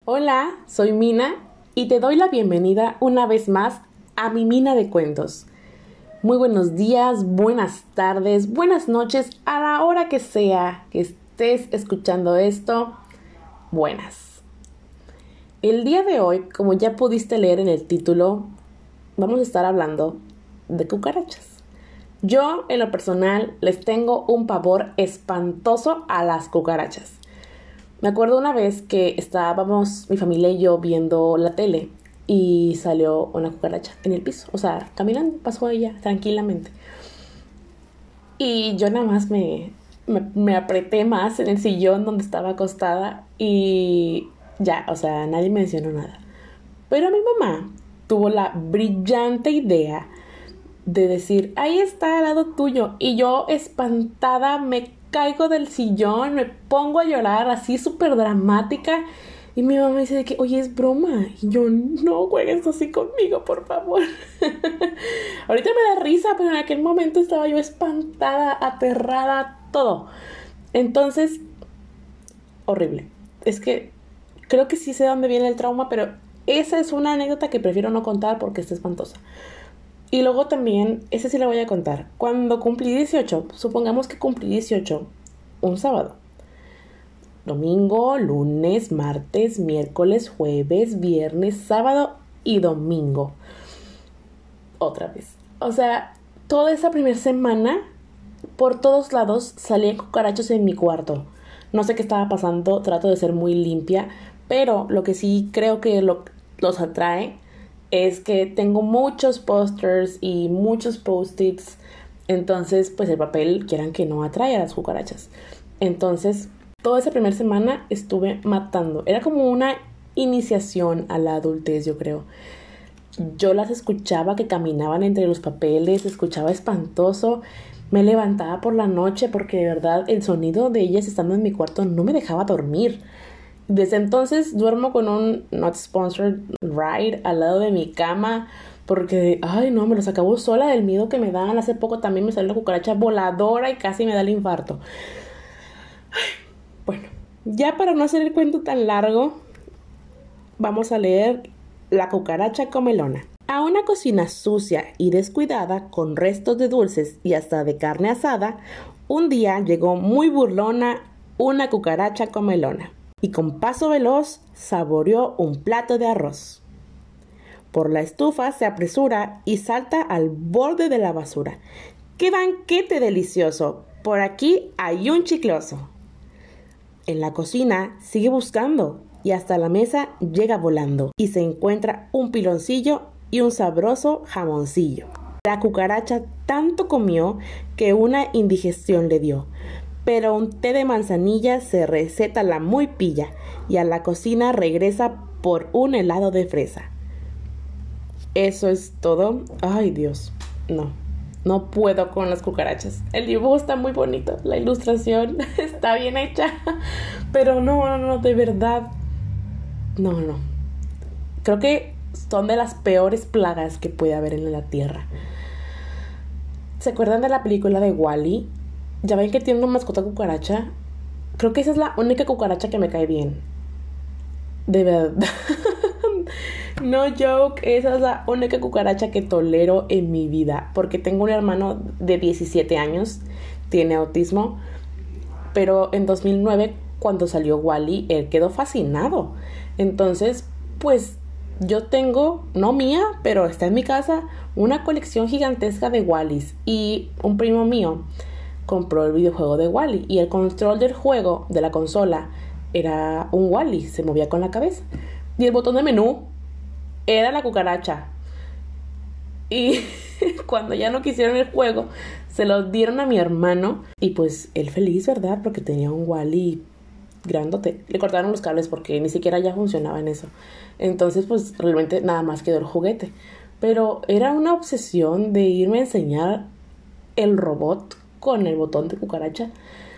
Hola, soy Mina y te doy la bienvenida una vez más a mi mina de cuentos. Muy buenos días, buenas tardes, buenas noches, a la hora que sea que estés escuchando esto, buenas. El día de hoy, como ya pudiste leer en el título, vamos a estar hablando de cucarachas. Yo, en lo personal, les tengo un pavor espantoso a las cucarachas. Me acuerdo una vez que estábamos mi familia y yo viendo la tele y salió una cucaracha en el piso. O sea, caminando, pasó ella tranquilamente. Y yo nada más me apreté más en el sillón donde estaba acostada y ya, o sea, nadie mencionó nada. Pero mi mamá tuvo la brillante idea de decir, ahí está al lado tuyo. Y yo, espantada, me caigo del sillón, me pongo a llorar así súper dramática. Y mi mamá me dice de que, oye, es broma. Y yo, no juegues así conmigo, por favor. Ahorita me da risa, pero en aquel momento estaba yo espantada, aterrada, todo. Entonces, horrible. Es que creo que sí sé dónde viene el trauma, pero esa es una anécdota que prefiero no contar porque está espantosa. Y luego también, ese sí le voy a contar. Cuando cumplí 18, supongamos que cumplí 18 un sábado. Domingo, lunes, martes, miércoles, jueves, viernes, sábado y domingo. Otra vez. O sea, toda esa primera semana, por todos lados salían cucarachos en mi cuarto. No sé qué estaba pasando, trato de ser muy limpia, pero lo que sí creo que los atrae es que tengo muchos pósters y muchos post-its. Entonces, pues el papel, quieran que no, atrae a las cucarachas. Entonces, toda esa primera semana estuve matando. Era como una iniciación a la adultez, yo creo. Yo las escuchaba que caminaban entre los papeles, escuchaba espantoso. Me levantaba por la noche porque de verdad el sonido de ellas estando en mi cuarto no me dejaba dormir. Desde entonces duermo con un not sponsored ride al lado de mi cama porque, ay no, me los acabo sola del miedo que me dan. Hace poco también me salió la cucaracha voladora y casi me da el infarto. Bueno, ya para no hacer el cuento tan largo, vamos a leer La cucaracha comelona. A una cocina sucia y descuidada, con restos de dulces y hasta de carne asada, un día llegó muy burlona una cucaracha comelona. Y con paso veloz saboreó un plato de arroz. Por la estufa se apresura y salta al borde de la basura. ¡Qué banquete delicioso! Por aquí hay un chicloso. En la cocina sigue buscando y hasta la mesa llega volando y se encuentra un piloncillo y un sabroso jamoncillo. La cucaracha tanto comió que una indigestión le dio. Pero un té de manzanilla se receta la muy pilla y a la cocina regresa por un helado de fresa. Eso es todo. Ay, Dios, no puedo con las cucarachas. El dibujo está muy bonito, la ilustración está bien hecha, pero no, de verdad, no. Creo que son de las peores plagas que puede haber en la tierra. ¿Se acuerdan de la película de Wall-E? Ya ven que tiene una mascota cucaracha. Creo que esa es la única cucaracha que me cae bien. De verdad. No joke, esa es la única cucaracha que tolero en mi vida. Porque tengo un hermano de 17 años, tiene autismo. Pero en 2009, cuando salió Wall-E, él quedó fascinado. Entonces, pues yo tengo, no mía, pero está en mi casa, una colección gigantesca de Wall-Es. Y un primo mío compró el videojuego de Wall-E y el control del juego de la consola era un Wall-E, se movía con la cabeza y el botón de menú era la cucaracha. Y cuando ya no quisieron el juego, se lo dieron a mi hermano y pues él feliz, ¿verdad? Porque tenía un Wall-E grandote. Le cortaron los cables porque ni siquiera ya funcionaba en eso. Entonces pues realmente nada más quedó el juguete. Pero era una obsesión de irme a enseñar el robot con el botón de cucaracha.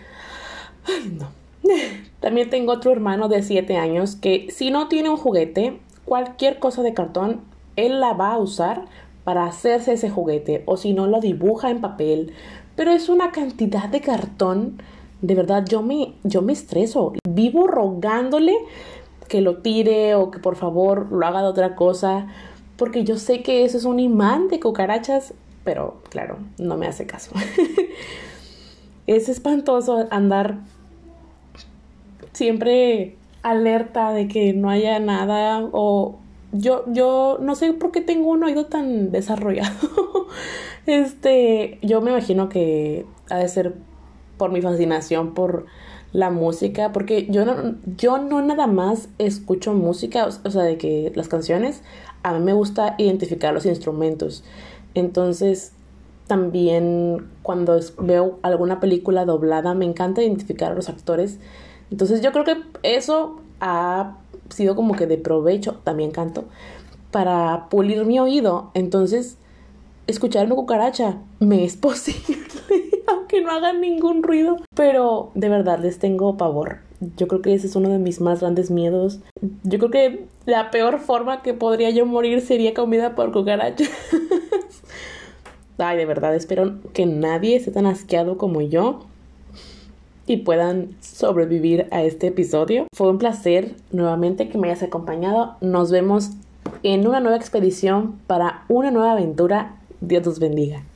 Ay, no. También tengo otro hermano de 7 años que si no tiene un juguete, cualquier cosa de cartón, él la va a usar para hacerse ese juguete. O si no, lo dibuja en papel. Pero es una cantidad de cartón. De verdad, yo me estreso. Vivo rogándole que lo tire o que por favor lo haga de otra cosa, porque yo sé que eso es un imán de cucarachas, pero claro, no me hace caso. Es espantoso andar siempre alerta de que no haya nada, o yo no sé por qué tengo un oído tan desarrollado. Yo me imagino que ha de ser por mi fascinación por la música, porque yo no nada más escucho música, o sea, de que las canciones, a mí me gusta identificar los instrumentos. Entonces, también cuando veo alguna película doblada, me encanta identificar a los actores. Entonces, yo creo que eso ha sido como que de provecho, también canto, para pulir mi oído. Entonces, escuchar una cucaracha me es posible, aunque no hagan ningún ruido. Pero de verdad les tengo pavor. Yo creo que ese es uno de mis más grandes miedos. Yo creo que la peor forma que podría yo morir sería comida por cucarachas. Ay, de verdad, espero que nadie esté tan asqueado como yo y puedan sobrevivir a este episodio. Fue un placer nuevamente que me hayas acompañado. Nos vemos en una nueva expedición para una nueva aventura. Dios los bendiga.